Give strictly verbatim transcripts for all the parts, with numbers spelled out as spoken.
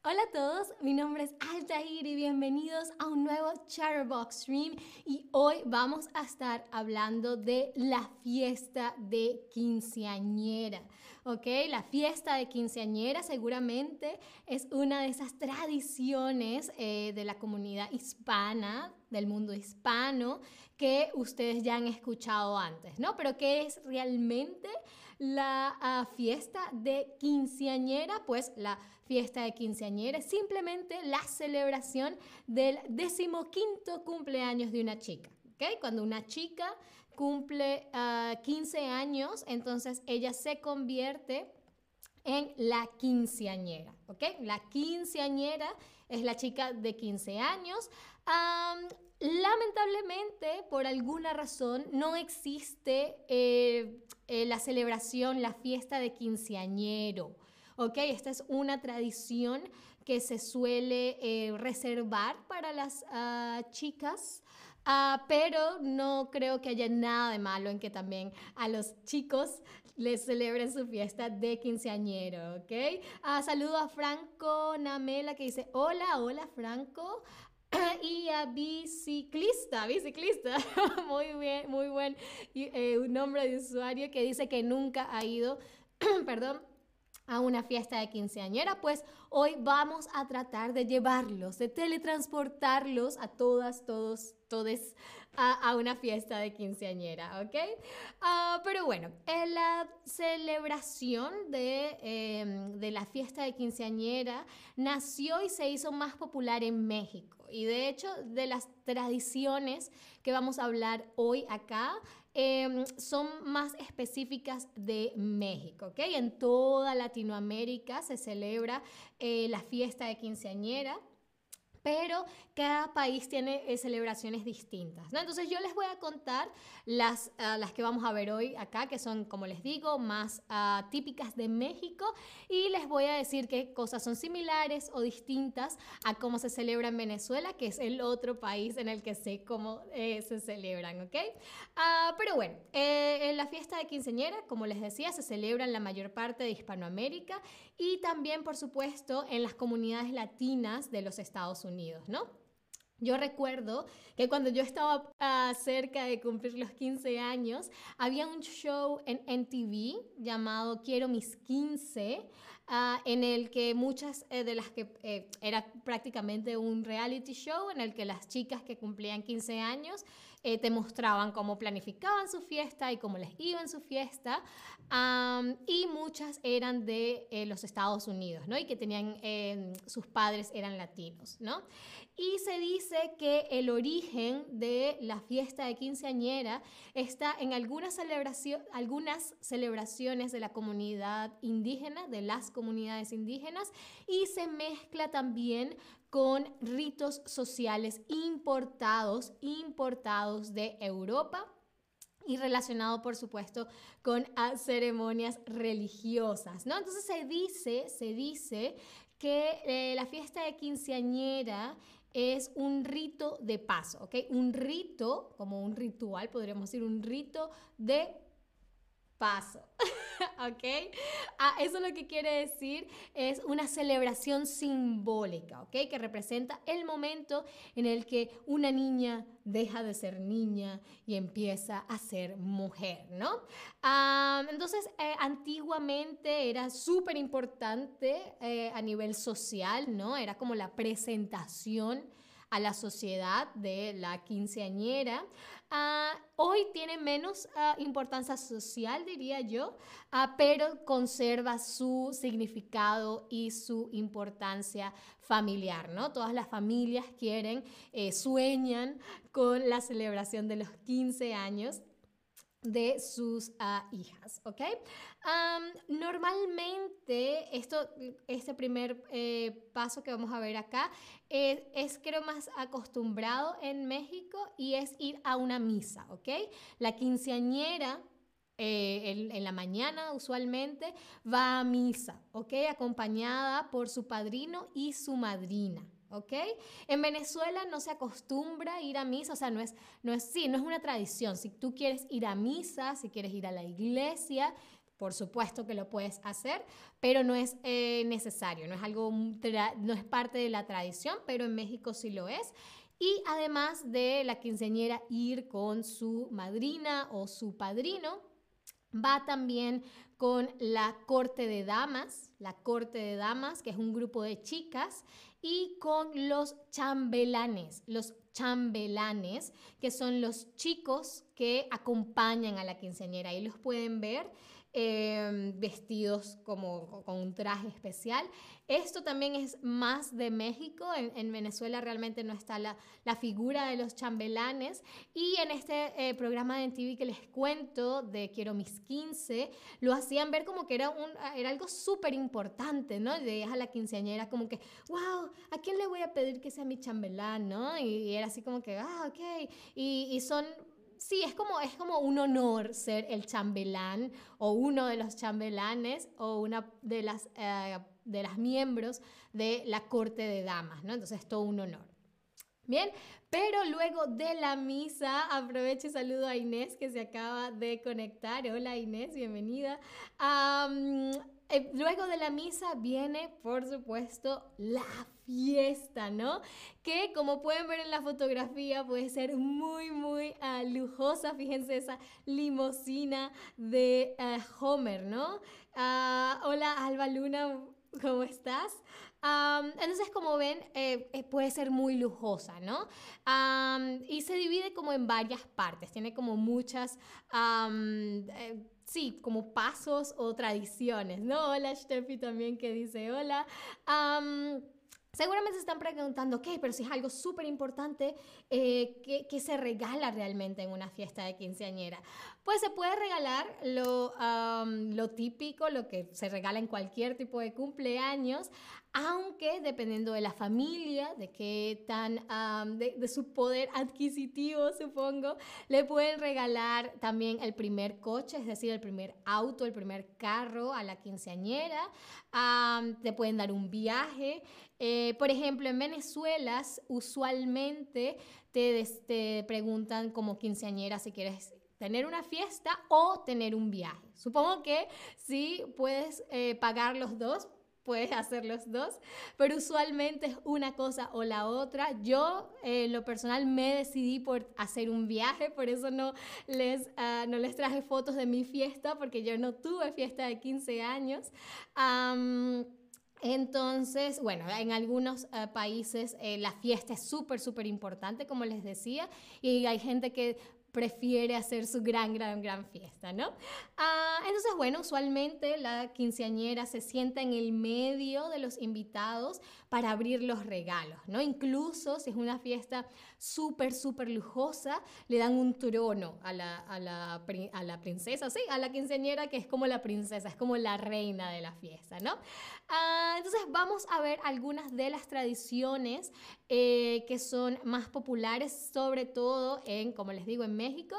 Hola a todos, mi nombre es Altair y bienvenidos a un nuevo Chatterbox Stream y hoy vamos a estar hablando de la fiesta de quinceañera, ¿ok? La fiesta de quinceañera seguramente es una de esas tradiciones eh, de la comunidad hispana, del mundo hispano, que ustedes ya han escuchado antes, ¿no? Pero ¿qué es realmente la uh, fiesta de quinceañera? Pues la fiesta de quinceañera es simplemente la celebración del decimoquinto cumpleaños de una chica, ¿ok? Cuando una chica cumple uh, quince años, entonces ella se convierte en la quinceañera, ¿ok? La quinceañera es la chica de quince años. Um, lamentablemente, por alguna razón, no existe eh, eh, la celebración, la fiesta de quinceañero, ¿ok? Esta es una tradición que se suele eh, reservar para las uh, chicas. Uh, pero no creo que haya nada de malo en que también a los chicos les celebren su fiesta de quinceañero, ¿ok? Uh, saludo a Franco Namela que dice, hola, hola Franco. Y a biciclista, biciclista, muy bien, muy buen eh, un nombre de usuario que dice que nunca ha ido, perdón, a una fiesta de quinceañera. Pues hoy vamos a tratar de llevarlos, de teletransportarlos a todas, todos, todes a, a una fiesta de quinceañera, ¿ok? Uh, pero bueno, en la celebración de, eh, de la fiesta de quinceañera nació y se hizo más popular en México. Y de hecho, de las tradiciones que vamos a hablar hoy acá, Eh, son más específicas de México, ¿ok? En toda Latinoamérica se celebra eh, la fiesta de quinceañera, pero cada país tiene eh, celebraciones distintas, ¿no? Entonces yo les voy a contar las, uh, las que vamos a ver hoy acá, que son, como les digo, más uh, típicas de México, y les voy a decir qué cosas son similares o distintas a cómo se celebra en Venezuela, que es el otro país en el que sé cómo eh, se celebran, ¿ok? Uh, pero bueno, eh, en la fiesta de quinceañera, como les decía, se celebra en la mayor parte de Hispanoamérica y también, por supuesto, en las comunidades latinas de los Estados Unidos, ¿no? Yo recuerdo que cuando yo estaba uh, cerca de cumplir los quince años, había un show en M T V llamado Quiero mis quince, uh, en el que muchas eh, de las que eh, era prácticamente un reality show en el que las chicas que cumplían quince años eh, te mostraban cómo planificaban su fiesta y cómo les iba en su fiesta. Um, y muchas eran de eh, los Estados Unidos, ¿no? Y que tenían, eh, sus padres eran latinos, ¿no? Y se dice que el origen de la fiesta de quinceañera está en algunas, celebración, algunas celebraciones de la comunidad indígena, de las comunidades indígenas, y se mezcla también con ritos sociales importados, importados de Europa, y relacionado, por supuesto, con uh, ceremonias religiosas, ¿no? Entonces se dice, se dice que eh, la fiesta de quinceañera es un rito de paso, ¿ok? Un rito, como un ritual, podríamos decir, un rito de paso. ¿Ok? Ah, eso lo que quiere decir es una celebración simbólica, ¿ok? Que representa el momento en el que una niña deja de ser niña y empieza a ser mujer, ¿no? Ah, entonces, eh, antiguamente era súper importante eh, a nivel social, ¿no? Era como la presentación a la sociedad de la quinceañera. Uh, hoy tiene menos uh, importancia social, diría yo, uh, pero conserva su significado y su importancia familiar, ¿no? Todas las familias quieren, eh, sueñan con la celebración de los quince años de sus uh, hijas, ¿ok? Um, normalmente, esto, este primer eh, paso que vamos a ver acá eh, es creo más acostumbrado en México y es ir a una misa, ¿ok? La quinceañera eh, en, en la mañana usualmente va a misa, ¿ok? Acompañada por su padrino y su madrina. ¿Ok? En Venezuela no se acostumbra a ir a misa, o sea, no es, no es, sí, no es una tradición. Si tú quieres ir a misa, si quieres ir a la iglesia, por supuesto que lo puedes hacer, pero no es eh, necesario, no es algo, no es parte de la tradición, pero en México sí lo es. Y además de la quinceañera ir con su madrina o su padrino, va también con la corte de damas, la corte de damas, que es un grupo de chicas, y con los chambelanes, los chambelanes, que son los chicos que acompañan a la quinceañera. Ahí los pueden ver eh, vestidos como con un traje especial. Esto también es más de México. En, en Venezuela realmente no está la, la figura de los chambelanes. Y en este eh, programa de M T V que les cuento de Quiero mis quince, lo hacían ver como que era, un, era algo súper importante, ¿no? Le a la quinceañera como que, wow, ¿a quién le voy a pedir que sea mi chambelán, no? Y, y era así como que, ah, ok. Y, y son... Sí, es como, es como un honor ser el chambelán o uno de los chambelanes o una de las, eh, de las miembros de la corte de damas, ¿no? Entonces es todo un honor. Bien, pero luego de la misa, aprovecho y saludo a Inés que se acaba de conectar. Hola Inés, bienvenida. Um, eh, luego de la misa viene, por supuesto, la fiesta, ¿no? Que como pueden ver en la fotografía puede ser muy, muy uh, lujosa. Fíjense esa limusina de uh, Homer, ¿no? Uh, hola Alba Luna, ¿cómo estás? Um, entonces, como ven, eh, eh, puede ser muy lujosa, ¿no? Um, y se divide como en varias partes, tiene como muchas, um, eh, sí, como pasos o tradiciones, ¿no? Hola, Steffi también que dice hola. Um, Seguramente se están preguntando, ok, pero si es algo súper importante, eh, ¿qué, ¿qué se regala realmente en una fiesta de quinceañera? Pues se puede regalar lo, um, lo típico, lo que se regala en cualquier tipo de cumpleaños, aunque dependiendo de la familia, de qué tan, um, de, de su poder adquisitivo, supongo, le pueden regalar también el primer coche, es decir, el primer auto, el primer carro a la quinceañera, um, te pueden dar un viaje. Eh, por ejemplo, en Venezuela usualmente te, te preguntan como quinceañera si quieres tener una fiesta o tener un viaje. Supongo que si puedes eh, pagar los dos, puedes hacer los dos, pero usualmente es una cosa o la otra. Yo, eh, en lo personal, me decidí por hacer un viaje, por eso no les, uh, no les traje fotos de mi fiesta, porque yo no tuve fiesta de quince años. Um, Entonces, bueno, en algunos uh, países eh, la fiesta es súper, súper importante, como les decía, y hay gente que prefiere hacer su gran, gran, gran fiesta, ¿no? Uh, entonces, bueno, usualmente la quinceañera se sienta en el medio de los invitados para abrir los regalos, ¿no? Incluso si es una fiesta súper, súper lujosa, le dan un trono a la, a, la, a la princesa, sí, a la quinceañera, que es como la princesa, es como la reina de la fiesta, ¿no? Uh, entonces vamos a ver algunas de las tradiciones eh, que son más populares, sobre todo en, como les digo, en México,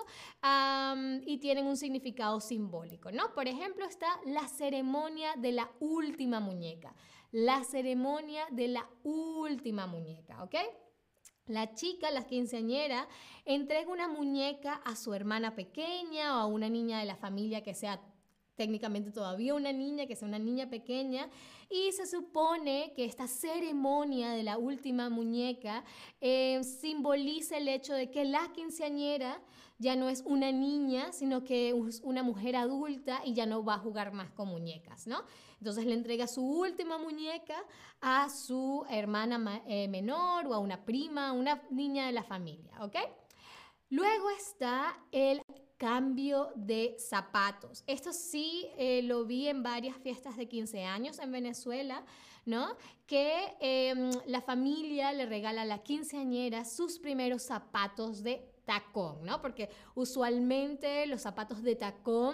um, y tienen un significado simbólico, ¿no? Por ejemplo, está la ceremonia de la última muñeca, la ceremonia de la última muñeca, ¿ok? La chica, la quinceañera, entrega una muñeca a su hermana pequeña o a una niña de la familia que sea técnicamente todavía una niña, que sea una niña pequeña, y se supone que esta ceremonia de la última muñeca eh, simboliza el hecho de que la quinceañera ya no es una niña, sino que es una mujer adulta y ya no va a jugar más con muñecas, ¿no? Entonces le entrega su última muñeca a su hermana eh, menor o a una prima, una niña de la familia, ¿ok? Luego está el cambio de zapatos. Esto sí eh, lo vi en varias fiestas de quince años en Venezuela, ¿no? Que eh, la familia le regala a la quinceañera sus primeros zapatos de tacón, ¿no? Porque usualmente los zapatos de tacón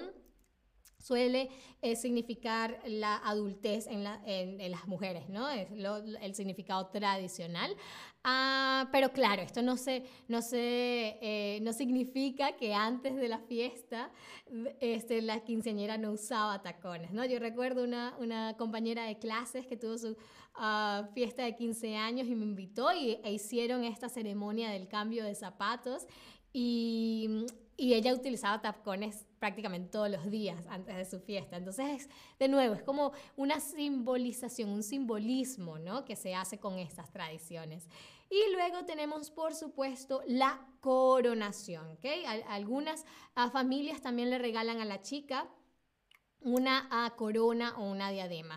suele eh, significar la adultez en, la, en, en las mujeres, ¿no? Es lo, el significado tradicional. Ah, pero claro, esto no, se, no, se, eh, no significa que antes de la fiesta este, la quinceañera no usaba tacones, ¿no? Yo recuerdo una, una compañera de clases que tuvo su uh, fiesta de quince años y me invitó y, e hicieron esta ceremonia del cambio de zapatos. Y y ella utilizaba tacones prácticamente todos los días antes de su fiesta. Entonces, de nuevo, es como una simbolización, un simbolismo, ¿no?, que se hace con estas tradiciones. Y luego tenemos, por supuesto, la coronación, ¿ok? Algunas uh, familias también le regalan a la chica una uh, corona o una diadema.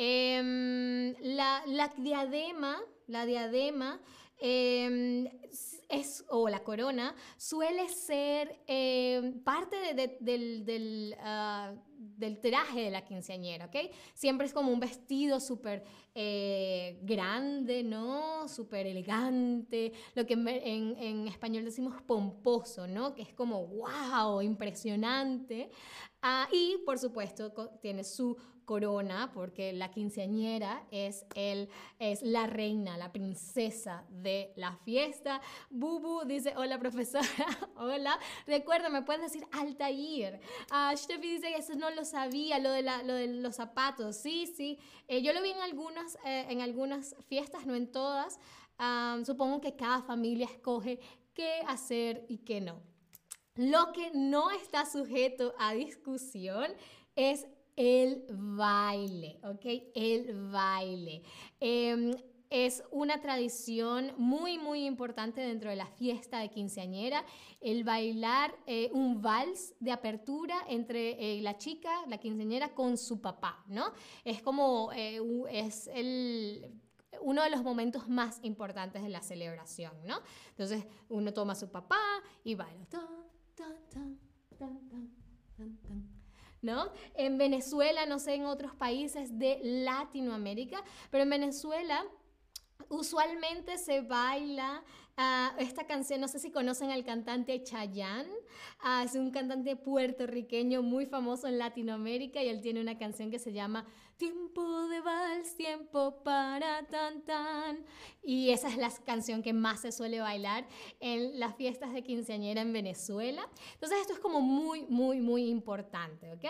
Eh, la, la diadema, la diadema eh, es, o la corona suele ser eh, parte de, de, del, del, uh, del traje de la quinceañera, ¿ok? Siempre es como un vestido súper eh, grande, ¿no? Súper elegante, lo que en, en, en español decimos pomposo, ¿no? Que es como wow, impresionante. Uh, y por supuesto tiene su corona, porque la quinceañera es, el, es la reina, la princesa de la fiesta. Bubu dice, hola profesora, hola. Recuerda, me puedes decir Altair. Uh, Steffi dice que eso no lo sabía, lo de, la, lo de los zapatos. Sí, sí. Eh, yo lo vi en algunas, eh, en algunas fiestas, no en todas. Um, supongo que cada familia escoge qué hacer y qué no. Lo que no está sujeto a discusión es el baile, ¿ok? El baile. Eh, es una tradición muy, muy importante dentro de la fiesta de quinceañera, el bailar eh, un vals de apertura entre eh, la chica, la quinceañera, con su papá, ¿no? Es como, eh, es el... uno de los momentos más importantes de la celebración, ¿no? Entonces, uno toma a su papá y baila. Tan, tan, tan, tan, tan, tan. ¿No? En Venezuela, no sé, en otros países de Latinoamérica, pero en Venezuela usualmente se baila uh, esta canción, no sé si conocen al cantante Chayanne, uh, es un cantante puertorriqueño muy famoso en Latinoamérica y él tiene una canción que se llama Tiempo de vals, tiempo para tan tan, y esa es la canción que más se suele bailar en las fiestas de quinceañera en Venezuela. Entonces esto es como muy, muy, muy importante, ¿ok?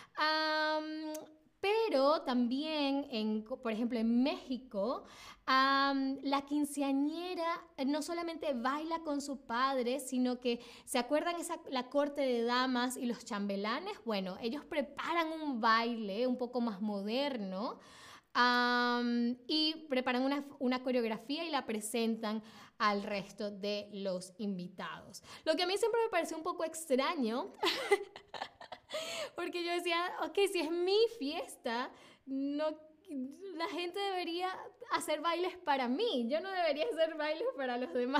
Um, Pero también, en, por ejemplo, en México, um, la quinceañera no solamente baila con su padre, sino que, ¿se acuerdan esa, la corte de damas y los chambelanes? Bueno, ellos preparan un baile un poco más moderno um, y preparan una, una coreografía y la presentan al resto de los invitados. Lo que a mí siempre me pareció un poco extraño porque yo decía, ok, si es mi fiesta, no, la gente debería hacer bailes para mí. Yo no debería hacer bailes para los demás.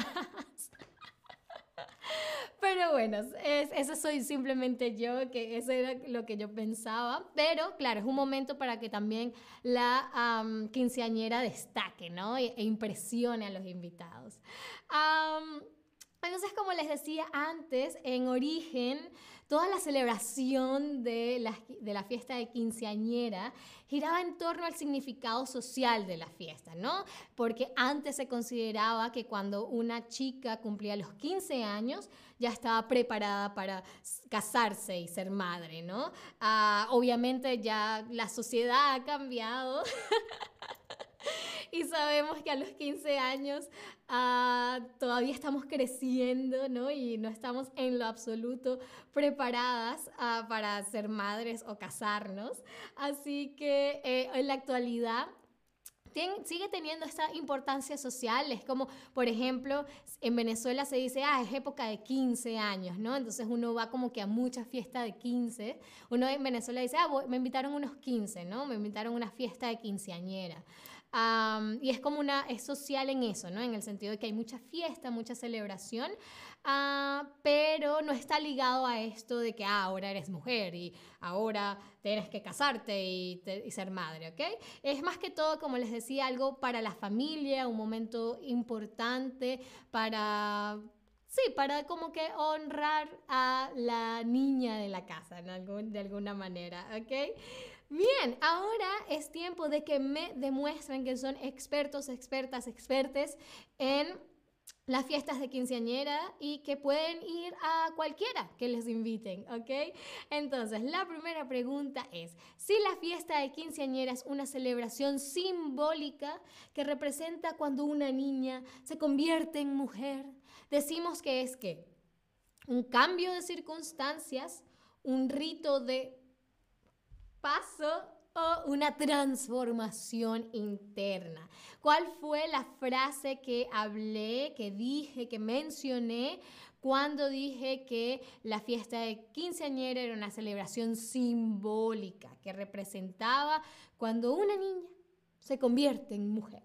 Pero bueno, es, eso soy simplemente yo, que eso era lo que yo pensaba. Pero claro, es un momento para que también la um, quinceañera destaque, ¿no? E, e impresione a los invitados. Um, entonces, como les decía antes, en origen, toda la celebración de la, de la fiesta de quinceañera giraba en torno al significado social de la fiesta, ¿no? Porque antes se consideraba que cuando una chica cumplía los quince años, ya estaba preparada para casarse y ser madre, ¿no? Uh, obviamente ya la sociedad ha cambiado. Y sabemos que a los quince años uh, todavía estamos creciendo, ¿no? Y no estamos en lo absoluto preparadas uh, para ser madres o casarnos. Así que eh, en la actualidad Ten, sigue teniendo esta importancia social. Es como, por ejemplo, en Venezuela se dice, ah, es época de quince años, ¿no? Entonces uno va como que a muchas fiestas de quince. Uno en Venezuela dice, ah, voy, me invitaron unos quince, ¿no? Me invitaron a una fiesta de quinceañera. Um, y es como una, es social en eso, ¿no? En el sentido de que hay mucha fiesta, mucha celebración, uh, pero no está ligado a esto de que ah, ahora eres mujer y ahora tienes que casarte y, te, y ser madre, ¿ok? Es más que todo, como les decía, algo para la familia, un momento importante para... Sí, para como que honrar a la niña de la casa, ¿no? Algún, de alguna manera, ¿ok? Bien, ahora es tiempo de que me demuestren que son expertos, expertas, expertes en las fiestas de quinceañera y que pueden ir a cualquiera que les inviten, ¿ok? Entonces, la primera pregunta es, si la fiesta de quinceañera es una celebración simbólica que representa cuando una niña se convierte en mujer, decimos que es ¿qué? un cambio de circunstancias, un rito de paso o una transformación interna. ¿Cuál fue la frase que hablé, que dije, que mencioné cuando dije que la fiesta de quinceañera era una celebración simbólica que representaba cuando una niña se convierte en mujer?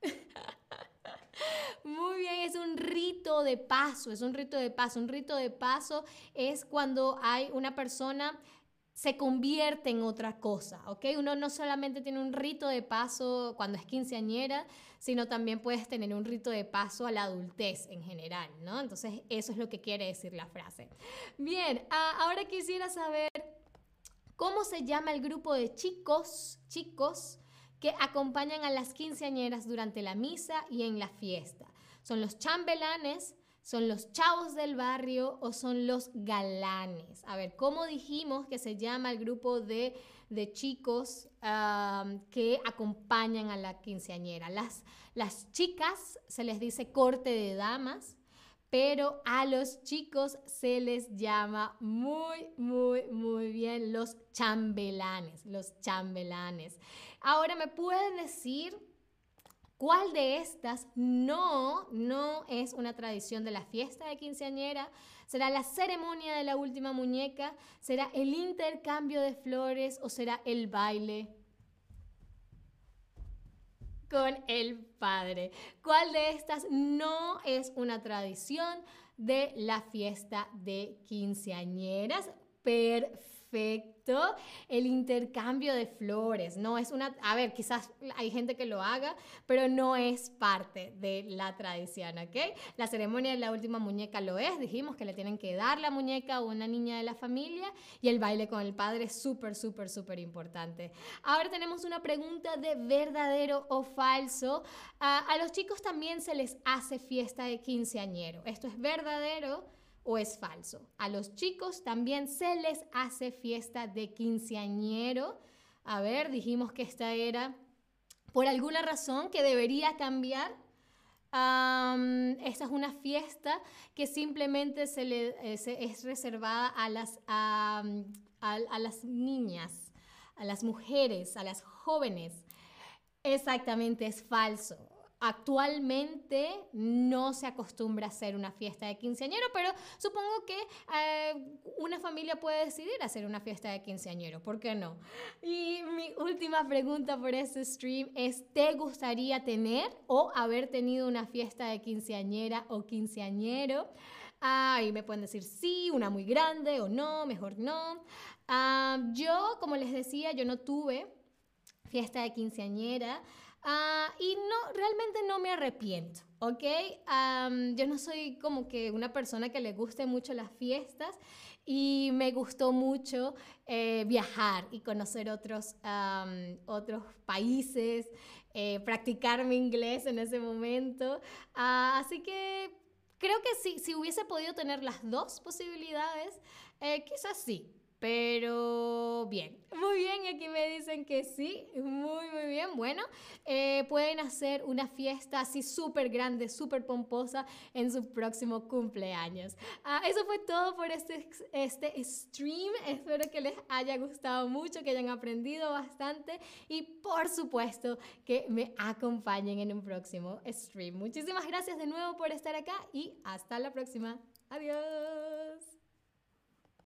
Muy bien, es un rito de paso, es un rito de paso. Un rito de paso es cuando hay una persona se convierte en otra cosa, ¿ok? Uno no solamente tiene un rito de paso cuando es quinceañera, sino también puedes tener un rito de paso a la adultez en general, ¿no? Entonces, eso es lo que quiere decir la frase. Bien, uh, ahora quisiera saber cómo se llama el grupo de chicos, chicos que acompañan a las quinceañeras durante la misa y en la fiesta. ¿Son los chambelanes, son los chavos del barrio o son los galanes? A ver, ¿cómo dijimos que se llama el grupo de, de chicos um, que acompañan a la quinceañera? Las, las chicas se les dice corte de damas, pero a los chicos se les llama muy, muy, muy bien los chambelanes, los chambelanes. Ahora, ¿me pueden decir cuál de estas no, no es una tradición de la fiesta de quinceañera? ¿Será la ceremonia de la última muñeca? ¿Será el intercambio de flores o será el baile con el padre? ¿Cuál de estas no es una tradición de la fiesta de quinceañeras? Perfecto. El intercambio de flores, no es una, a ver, quizás hay gente que lo haga, pero no es parte de la tradición, ¿ok? La ceremonia de la última muñeca lo es, dijimos que le tienen que dar la muñeca a una niña de la familia, y el baile con el padre es súper, súper, súper importante. Ahora tenemos una pregunta de verdadero o falso. A, a los chicos también se les hace fiesta de quinceañero. ¿Esto es verdadero o es falso? A los chicos también se les hace fiesta de quinceañero. A ver, dijimos que esta era por alguna razón que debería cambiar. Um, esta es una fiesta que simplemente se le, eh, se, es reservada a las, a, a, a las niñas, a las mujeres, a las jóvenes. Exactamente, es falso. Actualmente no se acostumbra a hacer una fiesta de quinceañero, pero supongo que eh, una familia puede decidir hacer una fiesta de quinceañero, ¿por qué no? Y mi última pregunta por este stream es, ¿te gustaría tener o haber tenido una fiesta de quinceañera o quinceañero? Ah, y me pueden decir sí, una muy grande o no, mejor no. Ah, yo, como les decía, yo no tuve fiesta de quinceañera. Uh, y no, realmente no me arrepiento, ¿ok? Um, yo no soy como que una persona que le guste mucho las fiestas, y me gustó mucho eh, viajar y conocer otros, um, otros países, eh, practicar mi inglés en ese momento. Uh, así que creo que si, si hubiese podido tener las dos posibilidades, eh, quizás sí. Pero bien, muy bien, aquí me dicen que sí, muy, muy bien. Bueno, eh, pueden hacer una fiesta así súper grande, súper pomposa en su próximo cumpleaños. Ah, eso fue todo por este, este stream. Espero que les haya gustado mucho, que hayan aprendido bastante y por supuesto que me acompañen en un próximo stream. Muchísimas gracias de nuevo por estar acá y hasta la próxima. Adiós.